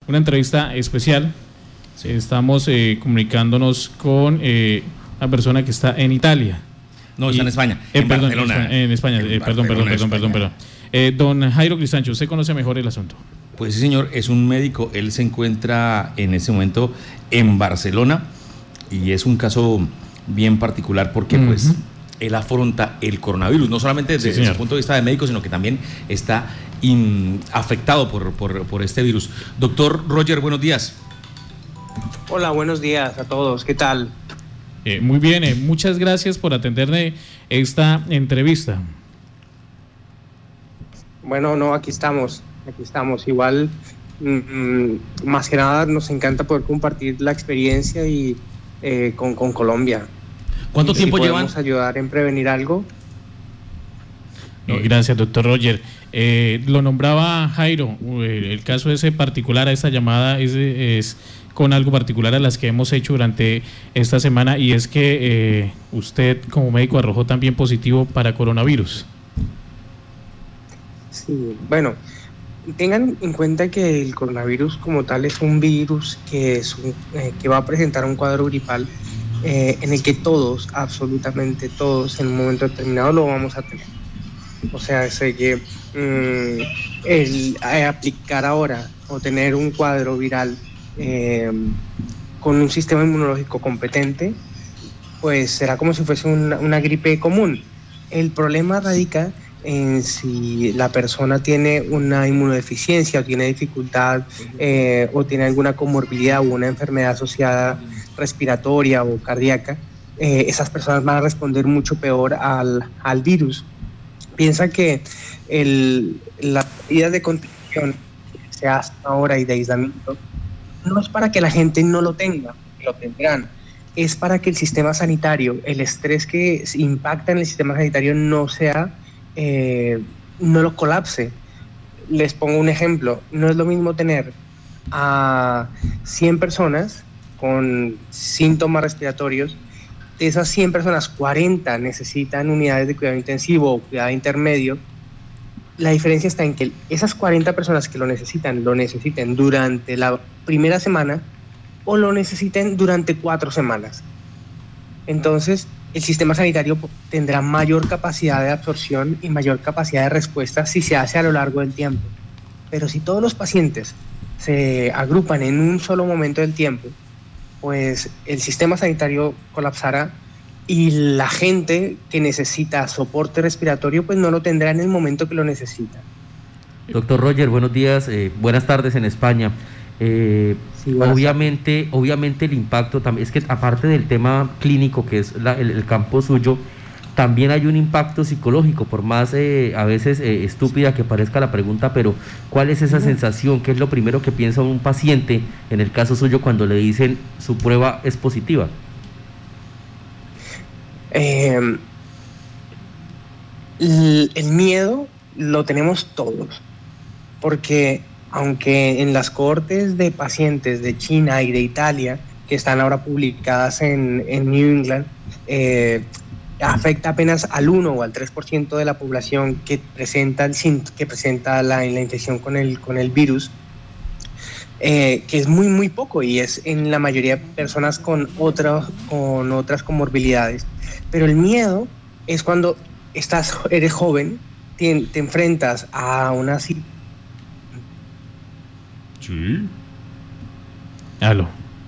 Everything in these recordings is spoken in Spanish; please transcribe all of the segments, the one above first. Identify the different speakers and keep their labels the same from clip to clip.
Speaker 1: una entrevista especial. Sí. Estamos comunicándonos con una persona que está en Italia.
Speaker 2: No, está en España.
Speaker 1: Perdón, en España. Perdón. Don Jairo Cristancho, ¿usted conoce mejor el asunto?
Speaker 2: Pues sí, señor, es un médico. Él se encuentra en ese momento en Barcelona y es un caso bien particular porque pues él afronta el coronavirus, no solamente desde el punto de vista de médico, sino que también está afectado por este virus. Doctor Roger, buenos días.
Speaker 3: Hola, buenos días a todos, ¿qué tal?
Speaker 1: Muy bien, muchas gracias por atenderme esta entrevista.
Speaker 3: Bueno, no, aquí estamos, igual, más que nada nos encanta poder compartir la experiencia y con Colombia.
Speaker 2: ¿Cuánto tiempo llevan?
Speaker 3: ¿Podemos ayudar en prevenir algo?
Speaker 1: Gracias, doctor Roger. Lo nombraba Jairo, el caso ese particular a esta llamada es con algo particular a las que hemos hecho durante esta semana, y es que usted como médico arrojó también positivo para coronavirus.
Speaker 3: Sí, bueno, tengan en cuenta que el coronavirus como tal es un virus que va a presentar un cuadro gripal en el que todos, absolutamente todos, en un momento determinado lo vamos a tener. O sea, sé que el aplicar ahora o tener un cuadro viral con un sistema inmunológico competente, pues será como si fuese una gripe común. El problema radica en si la persona tiene una inmunodeficiencia o tiene dificultad o tiene alguna comorbilidad o una enfermedad asociada respiratoria o cardíaca. Esas personas van a responder mucho peor al virus. Piensa que las medidas de contención que se hacen ahora y de aislamiento no es para que la gente no lo tenga, lo tendrán, es para que el sistema sanitario, el estrés que impacta en el sistema sanitario no lo colapse. Les pongo un ejemplo, no es lo mismo tener a 100 personas con síntomas respiratorios. De esas 100 personas, 40 necesitan unidades de cuidado intensivo o cuidado intermedio. La diferencia está en que esas 40 personas que lo necesiten durante la primera semana o lo necesiten durante 4 semanas. Entonces, el sistema sanitario tendrá mayor capacidad de absorción y mayor capacidad de respuesta si se hace a lo largo del tiempo. Pero si todos los pacientes se agrupan en un solo momento del tiempo, pues el sistema sanitario colapsará y la gente que necesita soporte respiratorio pues no lo tendrá en el momento que lo necesita.
Speaker 4: Doctor Roger, buenos días, buenas tardes en España. Sí, obviamente el impacto también es que aparte del tema clínico que es el campo suyo, también hay un impacto psicológico, por más a veces estúpida que parezca la pregunta, pero ¿cuál es esa sensación? ¿Qué es lo primero que piensa un paciente en el caso suyo cuando le dicen su prueba es positiva?
Speaker 3: El miedo lo tenemos todos, porque aunque en las cohortes de pacientes de China y de Italia, que están ahora publicadas en New England, afecta apenas al 1 o al 3% de la población que presenta la infección con el virus, que es muy muy poco y es en la mayoría de personas con otras comorbilidades. Pero el miedo es cuando eres joven, te enfrentas a una situación.
Speaker 1: Sí. Aló.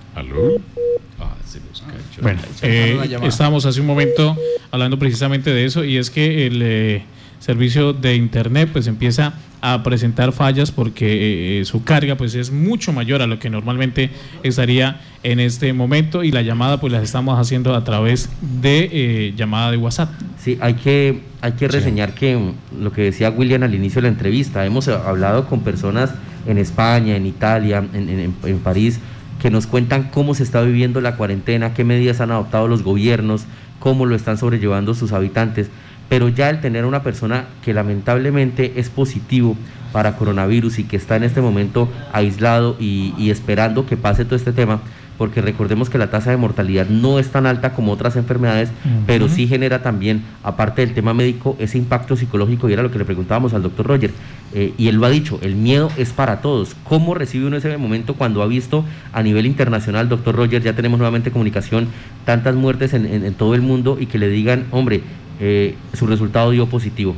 Speaker 1: Bueno, estábamos hace un momento hablando precisamente de eso, y es que el servicio de internet pues empieza a presentar fallas porque su carga pues es mucho mayor a lo que normalmente estaría en este momento, y la llamada pues las estamos haciendo a través de llamada de WhatsApp.
Speaker 4: Sí, hay que reseñar que lo que decía William al inicio de la entrevista, hemos hablado con personas en España, en Italia, en París, que nos cuentan cómo se está viviendo la cuarentena, qué medidas han adoptado los gobiernos, cómo lo están sobrellevando sus habitantes, pero ya el tener a una persona que lamentablemente es positivo para coronavirus y que está en este momento aislado y esperando que pase todo este tema, porque recordemos que la tasa de mortalidad no es tan alta como otras enfermedades, pero sí genera también, aparte del tema médico, ese impacto psicológico, y era lo que le preguntábamos al doctor Roger, y él lo ha dicho, el miedo es para todos. ¿Cómo recibe uno ese momento cuando ha visto a nivel internacional, doctor Roger, ya tenemos nuevamente comunicación, tantas muertes en todo el mundo, y que le digan, hombre, su resultado dio positivo?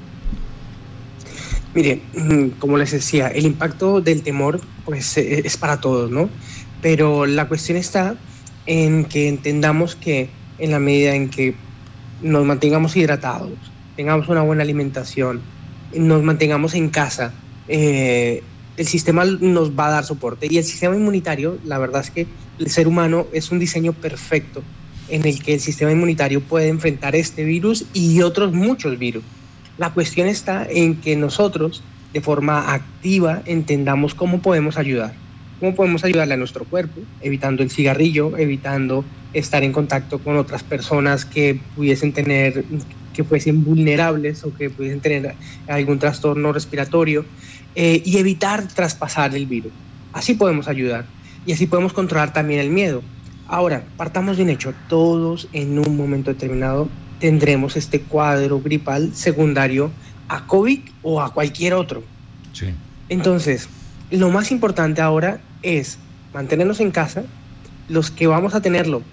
Speaker 3: Mire, como les decía, el impacto del temor pues es para todos, ¿no? Pero la cuestión está en que entendamos que en la medida en que nos mantengamos hidratados, tengamos una buena alimentación, nos mantengamos en casa, el sistema nos va a dar soporte. Y el sistema inmunitario, la verdad es que el ser humano es un diseño perfecto en el que el sistema inmunitario puede enfrentar este virus y otros muchos virus. La cuestión está en que nosotros, de forma activa, entendamos cómo podemos ayudar. Cómo podemos ayudarle a nuestro cuerpo, evitando el cigarrillo, evitando estar en contacto con otras personas que pudiesen tener, que fuesen vulnerables o que pudiesen tener algún trastorno respiratorio, y evitar traspasar el virus. Así podemos ayudar y así podemos controlar también el miedo. Ahora, partamos de un hecho, todos en un momento determinado tendremos este cuadro gripal secundario a COVID o a cualquier otro.
Speaker 2: Sí.
Speaker 3: Entonces, lo más importante ahora es mantenernos en casa. Los que vamos a tenerlo,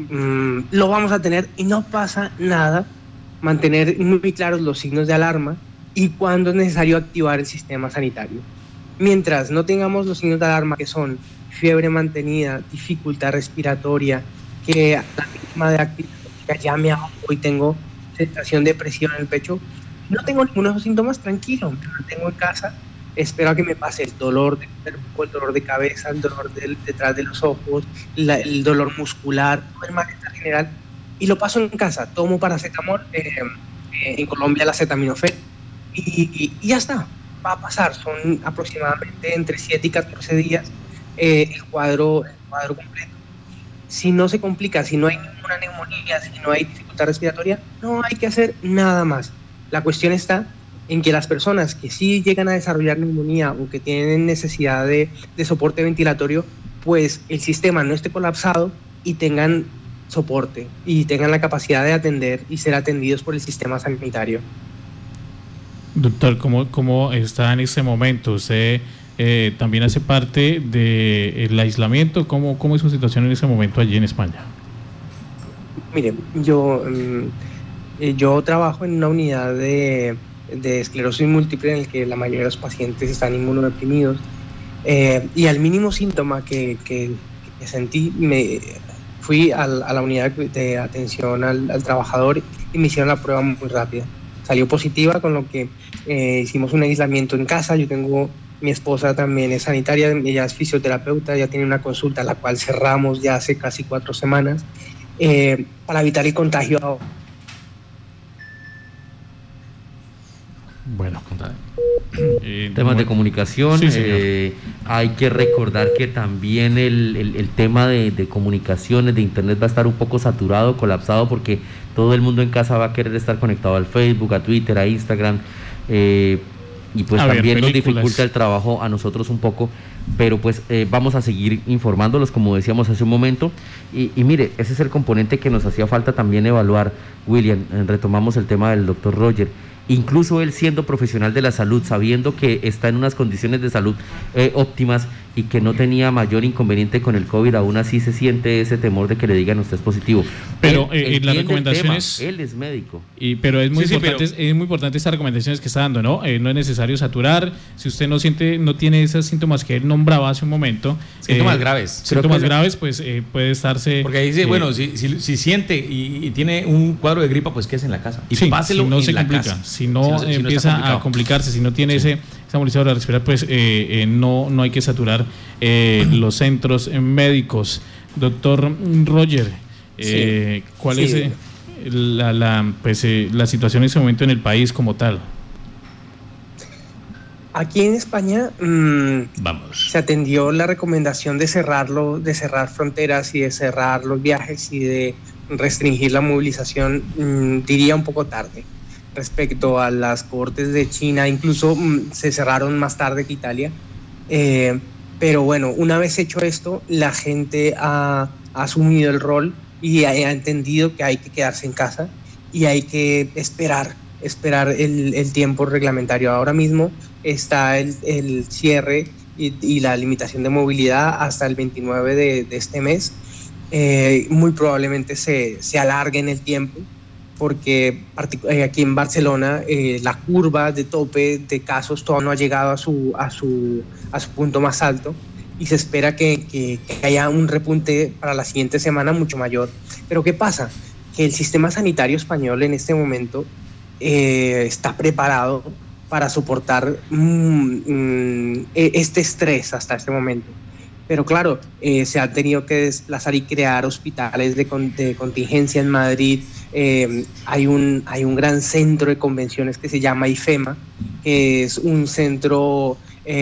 Speaker 3: lo vamos a tener y no pasa nada. Mantener muy claros los signos de alarma y cuándo es necesario activar el sistema sanitario. Mientras no tengamos los signos de alarma, que son fiebre mantenida, dificultad respiratoria, que a la mínima de actividad ya me ahogo y tengo sensación de presión en el pecho, no tengo ninguno de esos síntomas, tranquilo, me mantengo en casa, espero a que me pase el dolor de cuerpo, el dolor de cabeza, el dolor detrás de los ojos, el dolor muscular, todo el malestar general, y lo paso en casa. Tomo paracetamol, en Colombia la acetaminofén, y ya está, va a pasar. Son aproximadamente entre 7 y 14 días el cuadro completo. Si no se complica, si no hay ninguna neumonía, si no hay dificultad respiratoria, no hay que hacer nada más. La cuestión está en que las personas que sí llegan a desarrollar neumonía o que tienen necesidad de soporte ventilatorio, pues el sistema no esté colapsado y tengan soporte y tengan la capacidad de atender y ser atendidos por el sistema sanitario.
Speaker 1: Doctor, ¿cómo está en este momento? ¿Usted también hace parte del aislamiento? ¿Cómo es su situación en ese momento allí en España?
Speaker 3: Mire, yo trabajo en una unidad de esclerosis múltiple en el que la mayoría de los pacientes están inmunodeprimidos, y al mínimo síntoma que sentí, fui a la unidad de atención al trabajador y me hicieron la prueba muy rápida. Salió positiva, con lo que hicimos un aislamiento en casa. Mi esposa también es sanitaria, ella es fisioterapeuta, ya tiene una consulta, la cual cerramos ya hace casi 4 semanas, para evitar el contagio.
Speaker 1: Bueno,
Speaker 4: temas de comunicación, sí, hay que recordar que también el tema de comunicaciones, de internet, va a estar un poco saturado, colapsado, porque todo el mundo en casa va a querer estar conectado al Facebook, a Twitter, a Instagram, y pues también nos dificulta el trabajo a nosotros un poco, pero pues vamos a seguir informándolos, como decíamos hace un momento, y mire, ese es el componente que nos hacía falta también evaluar, William. Retomamos el tema del doctor Roger. Incluso él, siendo profesional de la salud, sabiendo que está en unas condiciones de salud óptimas y que no tenía mayor inconveniente con el COVID, aún así se siente ese temor de que le digan usted es positivo.
Speaker 1: Pero las recomendaciones...
Speaker 4: Él es médico.
Speaker 1: Pero es muy importante estas recomendaciones que está dando, ¿no? No es necesario saturar. Si usted no tiene esos síntomas que él nombraba hace un momento...
Speaker 2: Síntomas graves.
Speaker 1: Síntomas graves, pues puede estarse...
Speaker 2: Porque dice, bueno, si siente y tiene un cuadro de gripa, pues quédese en la casa. Y páselo
Speaker 1: si no
Speaker 2: en
Speaker 1: se
Speaker 2: la
Speaker 1: complica.
Speaker 2: casa.
Speaker 1: Si no empieza a complicarse, si no tiene esa molestia para respirar, pues no hay que saturar los centros médicos. Doctor Roger, ¿cuál es la situación en ese momento en el país como tal?
Speaker 3: Aquí en España se atendió la recomendación de cerrar fronteras y de cerrar los viajes y de restringir la movilización, diría un poco tarde. Respecto a las cohortes de China, incluso se cerraron más tarde que Italia. Pero bueno, una vez hecho esto, la gente ha asumido el rol y ha entendido que hay que quedarse en casa y hay que esperar el tiempo reglamentario. Ahora mismo está el cierre y la limitación de movilidad hasta el 29 de este mes. Muy probablemente se alargue en el tiempo, porque aquí en Barcelona la curva de tope de casos todavía no ha llegado a su punto más alto, y se espera que haya un repunte para la siguiente semana mucho mayor. Pero ¿qué pasa? Que el sistema sanitario español en este momento está preparado para soportar este estrés hasta este momento. Pero claro, se han tenido que desplazar y crear hospitales de contingencia en Madrid. Hay un gran centro de convenciones que se llama IFEMA, que es un centro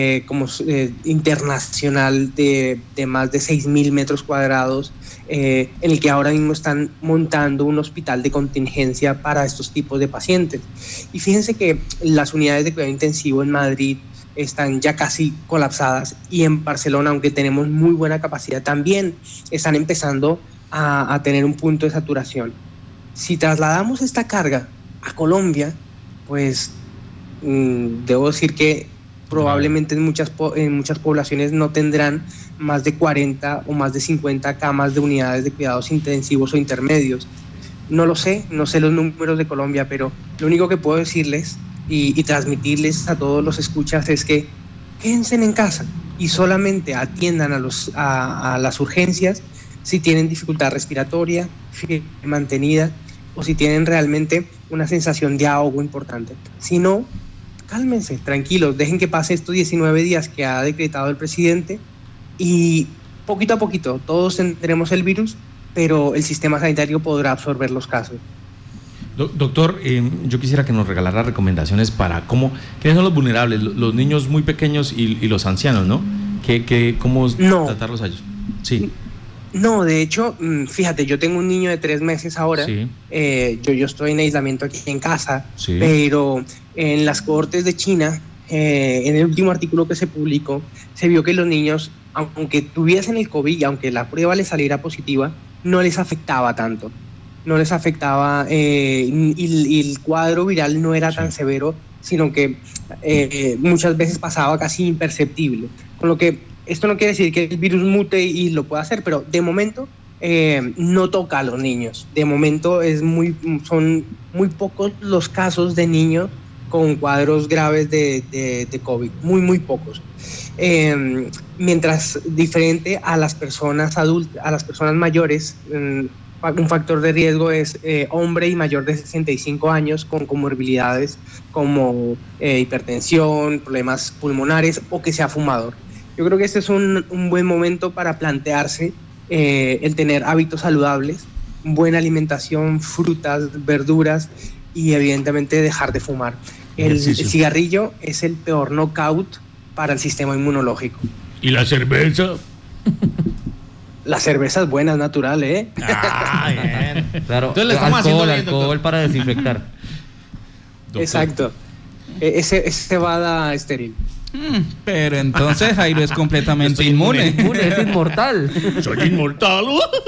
Speaker 3: internacional de más de 6.000 metros cuadrados, en el que ahora mismo están montando un hospital de contingencia para estos tipos de pacientes. Y fíjense que las unidades de cuidado intensivo en Madrid están ya casi colapsadas, y en Barcelona, aunque tenemos muy buena capacidad, también están empezando a tener un punto de saturación. Si trasladamos esta carga a Colombia, pues debo decir que probablemente en muchas poblaciones no tendrán más de 40 o más de 50 camas de unidades de cuidados intensivos o intermedios. No lo sé, no sé los números de Colombia, pero lo único que puedo decirles y transmitirles a todos los escuchas es que quédense en casa y solamente atiendan a las urgencias si tienen dificultad respiratoria, fiebre mantenida, o si tienen realmente una sensación de ahogo importante. Si no, cálmense, tranquilos, dejen que pase estos 19 días que ha decretado el presidente, y poquito a poquito todos tendremos el virus, pero el sistema sanitario podrá absorber los casos.
Speaker 2: Doctor, yo quisiera que nos regalara recomendaciones para quiénes son los vulnerables, los niños muy pequeños y los ancianos, ¿no? ¿Cómo tratarlos a ellos? Sí.
Speaker 3: No, de hecho, fíjate, yo tengo un niño de 3 meses ahora.
Speaker 2: Sí.
Speaker 3: Yo estoy en aislamiento aquí en casa,
Speaker 2: sí.
Speaker 3: Pero en las cohortes de China, en el último artículo que se publicó, se vio que los niños, aunque tuviesen el COVID y aunque la prueba les saliera positiva, no les afectaba tanto. No les afectaba, y el cuadro viral no era tan severo, sino que muchas veces pasaba casi imperceptible. Con lo que esto no quiere decir que el virus mute y lo pueda hacer, pero de momento no toca a los niños. De momento son muy pocos los casos de niños con cuadros graves de COVID, muy pocos. Mientras diferente a las personas adultas, a las personas mayores, un factor de riesgo es hombre y mayor de 65 años con comorbilidades como hipertensión, problemas pulmonares o que sea fumador. Yo creo que este es un buen momento para plantearse el tener hábitos saludables, buena alimentación, frutas, verduras y evidentemente dejar de fumar. El cigarrillo es el peor knockout para el sistema inmunológico.
Speaker 2: ¿Y la cerveza?
Speaker 3: La cerveza es buena, es natural, ¿eh?
Speaker 4: Ah, bien. Claro, entonces alcohol para desinfectar.
Speaker 3: Doctor. Exacto. Ese cebada estéril.
Speaker 5: Pero entonces Jairo es completamente inmune.
Speaker 4: Es inmortal.
Speaker 2: Soy inmortal.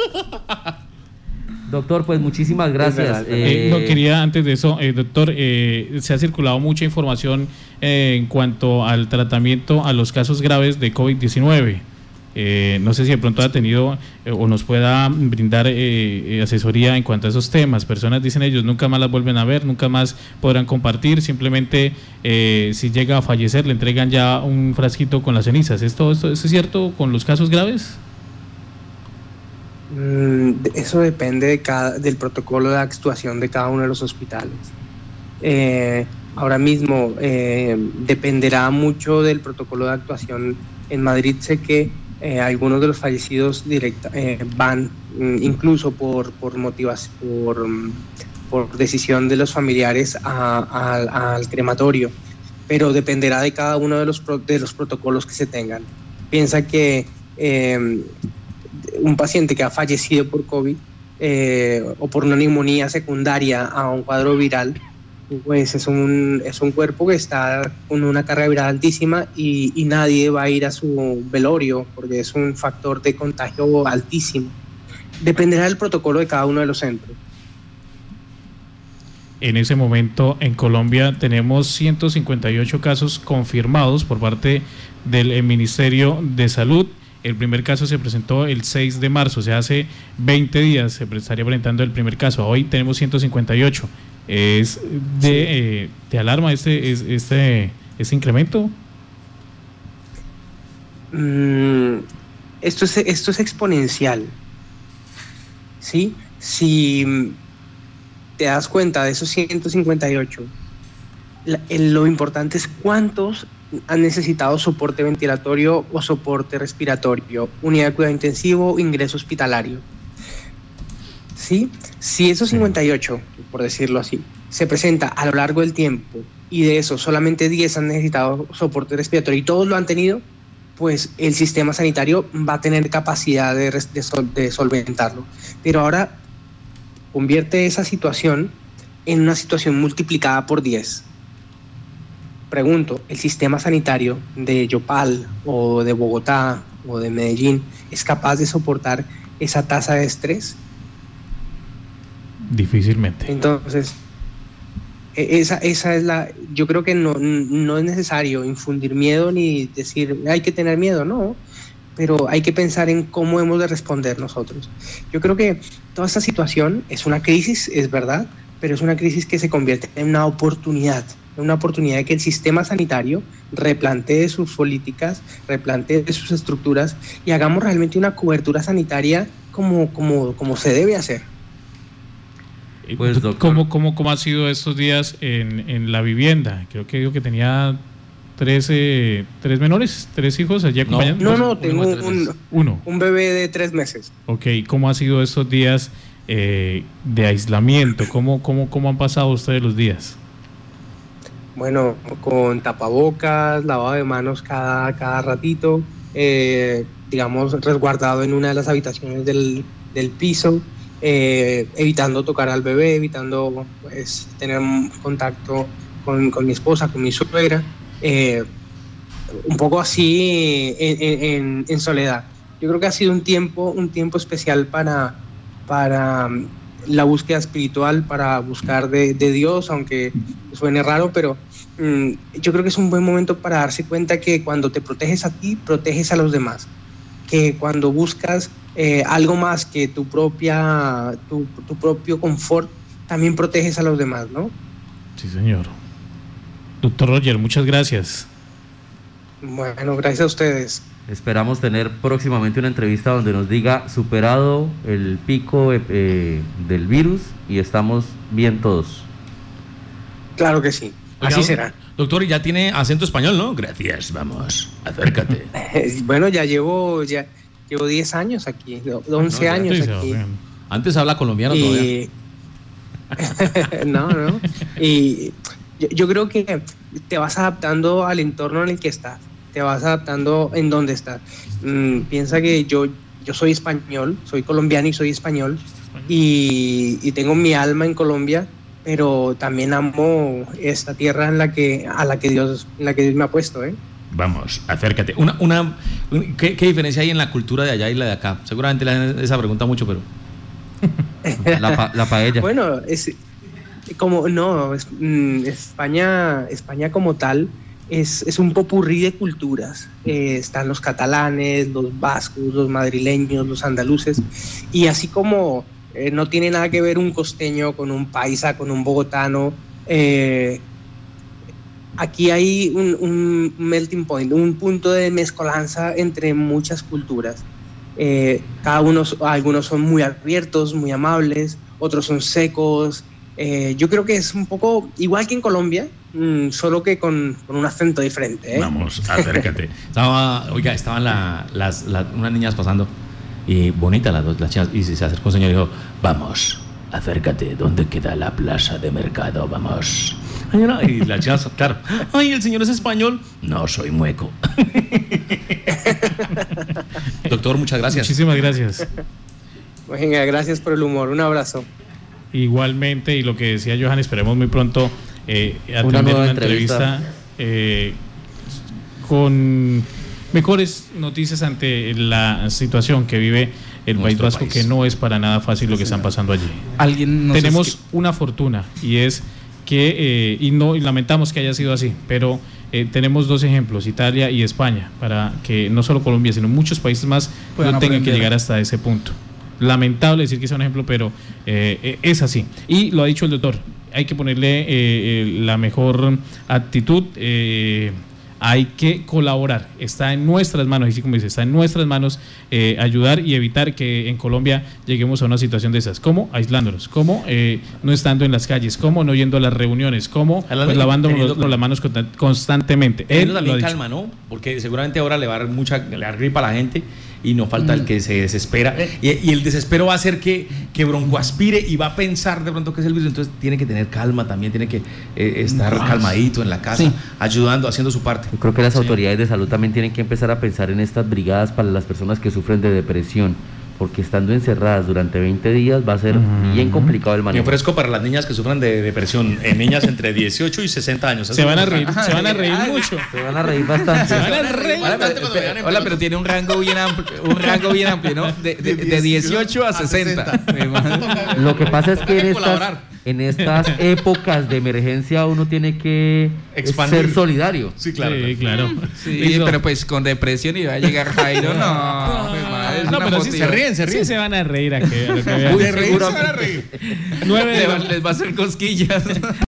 Speaker 4: Doctor, pues muchísimas gracias.
Speaker 1: No quería, antes de eso, doctor, se ha circulado mucha información en cuanto al tratamiento a los casos graves de COVID-19. No sé si de pronto ha tenido o nos pueda brindar asesoría en cuanto a esos temas. Personas dicen ellos nunca más las vuelven a ver, nunca más podrán compartir, simplemente si llega a fallecer le entregan ya un frasquito con las cenizas. ¿Esto es cierto con los casos graves?
Speaker 3: Eso depende del protocolo de actuación de cada uno de los hospitales. Ahora mismo dependerá mucho del protocolo de actuación. En Madrid sé que algunos de los fallecidos van incluso por decisión de los familiares al crematorio, pero dependerá de cada uno de los protocolos que se tengan. Piensa que un paciente que ha fallecido por COVID o por una neumonía secundaria a un cuadro viral pues es un cuerpo que está con una carga viral altísima y nadie va a ir a su velorio porque es un factor de contagio altísimo. Dependerá del protocolo de cada uno de los centros.
Speaker 1: En ese momento en Colombia tenemos 158 casos confirmados por parte del Ministerio de Salud. El primer caso se presentó el 6 de marzo, o sea, hace 20 días se estaría presentando el primer caso. Hoy tenemos 158. ¿Es de alarma este incremento?
Speaker 3: Esto es exponencial. ¿Sí? Si te das cuenta de esos 158, lo importante es cuántos han necesitado soporte ventilatorio o soporte respiratorio, unidad de cuidado intensivo, ingreso hospitalario. ¿Sí? Si esos 58, por decirlo así, se presenta a lo largo del tiempo y de esos solamente 10 han necesitado soporte respiratorio y todos lo han tenido, pues el sistema sanitario va a tener capacidad de solventarlo. Pero ahora convierte esa situación en una situación multiplicada por 10. Pregunto, ¿el sistema sanitario de Yopal o de Bogotá o de Medellín es capaz de soportar esa tasa de estrés?
Speaker 1: Difícilmente.
Speaker 3: Entonces, esa es yo creo que no es necesario infundir miedo ni decir hay que tener miedo, no, pero hay que pensar en cómo hemos de responder nosotros. Yo creo que toda esta situación es una crisis, es verdad, pero es una crisis que se convierte en una oportunidad de que el sistema sanitario replantee sus políticas, replantee sus estructuras y hagamos realmente una cobertura sanitaria como se debe hacer.
Speaker 1: Pues, ¿Cómo ha sido estos días en la vivienda? Creo que digo que tenía tres menores, 3 hijos allí acompañando.
Speaker 3: No, tengo un bebé de 3 meses.
Speaker 1: Ok, ¿cómo ha sido estos días de aislamiento? ¿Cómo han pasado ustedes los días?
Speaker 3: Bueno, con tapabocas, lavado de manos cada ratito, digamos resguardado en una de las habitaciones del piso. Evitando tocar al bebé, evitando pues, tener contacto con mi esposa, con mi suegra, un poco así en soledad. Yo creo que ha sido un tiempo especial para la búsqueda espiritual, para buscar de Dios, aunque suene raro, pero yo creo que es un buen momento para darse cuenta que cuando te proteges a ti, proteges a los demás, que cuando buscas algo más que tu propio confort, también proteges a los demás, ¿no?
Speaker 1: Sí, señor. Doctor Roger, muchas gracias.
Speaker 3: Bueno, gracias a ustedes.
Speaker 4: Esperamos tener próximamente una entrevista donde nos diga superado el pico del virus y estamos bien todos.
Speaker 3: Claro que sí, así será.
Speaker 2: Doctor, ya tiene acento español, ¿no? Gracias, vamos, acércate.
Speaker 3: Bueno, llevo 10 años aquí, 11 años aquí.
Speaker 2: Antes habla colombiano todavía.
Speaker 3: No. Y yo creo que te vas adaptando al entorno en el que estás, te vas adaptando en donde estás. Piensa que yo soy español, soy colombiano y soy español, y tengo mi alma en Colombia, pero también amo esta tierra a la que Dios me ha puesto, ¿eh?
Speaker 2: Vamos, acércate. ¿Qué diferencia hay en la cultura de allá y la de acá? Seguramente le hacen esa pregunta mucho, pero...
Speaker 4: la paella.
Speaker 3: Bueno, España como tal es un popurrí de culturas. Están los catalanes, los vascos, los madrileños, los andaluces, y así como no tiene nada que ver un costeño con un paisa, con un bogotano, aquí hay un melting point, un punto de mezcolanza entre muchas culturas. Algunos son muy abiertos, muy amables, otros son secos. Yo creo que es un poco igual que en Colombia, solo que con un acento diferente, ¿eh?
Speaker 2: Vamos, acércate. Estaban unas niñas pasando, y bonitas las chicas, y se acercó un señor y dijo: vamos, acércate, ¿dónde queda la plaza de mercado? Vamos. Y la chica, claro, ay, el señor es español. No, soy mueco. Doctor, muchas gracias.
Speaker 1: Muchísimas gracias.
Speaker 3: Venga, gracias por el humor, un abrazo.
Speaker 1: Igualmente, y lo que decía Johan, esperemos muy pronto atender una entrevista con mejores noticias ante la situación que vive el País Vasco, que no es para nada fácil lo que están pasando allí. Tenemos una fortuna, y es que, y lamentamos que haya sido así, pero tenemos dos ejemplos, Italia y España, para que no solo Colombia, sino muchos países más no tengan que llegar hasta ese punto. Lamentable decir que sea un ejemplo, pero es así. Y lo ha dicho el doctor, hay que ponerle la mejor actitud, hay que colaborar, está en nuestras manos, así como dice, está en nuestras manos ayudar y evitar que en Colombia lleguemos a una situación de esas, como aislándonos, como no estando en las calles, como no yendo a las reuniones, como pues, lavándonos las manos constantemente.
Speaker 2: Él también calma, ¿no? Porque seguramente ahora le va a dar gripa a la gente y no falta el que se desespera, y el desespero va a hacer que broncoaspire y va a pensar de pronto que es el virus. Entonces tiene que tener calma también, tiene que estar calmadito en la casa, ayudando, haciendo su parte.
Speaker 4: Yo creo que las autoridades de salud también tienen que empezar a pensar en estas brigadas para las personas que sufren de depresión, porque estando encerradas durante 20 días va a ser bien complicado el manejo.
Speaker 2: Me ofrezco para las niñas que sufran de depresión, niñas entre 18 y 60 años.
Speaker 1: Se van a reír mucho.
Speaker 4: Se van a reír bastante.
Speaker 1: Se van a reír.
Speaker 5: Hola, pero tiene un rango bien amplio, ¿no? De 18 a 60.
Speaker 4: Lo que pasa es que en estas épocas de emergencia uno tiene que ser solidario.
Speaker 1: Sí, claro. Sí, claro.
Speaker 5: Sí, pero pues con depresión y va a llegar Jairo,
Speaker 1: no, pero sí se ríen. Sí se van a reír.
Speaker 5: Les va a hacer cosquillas.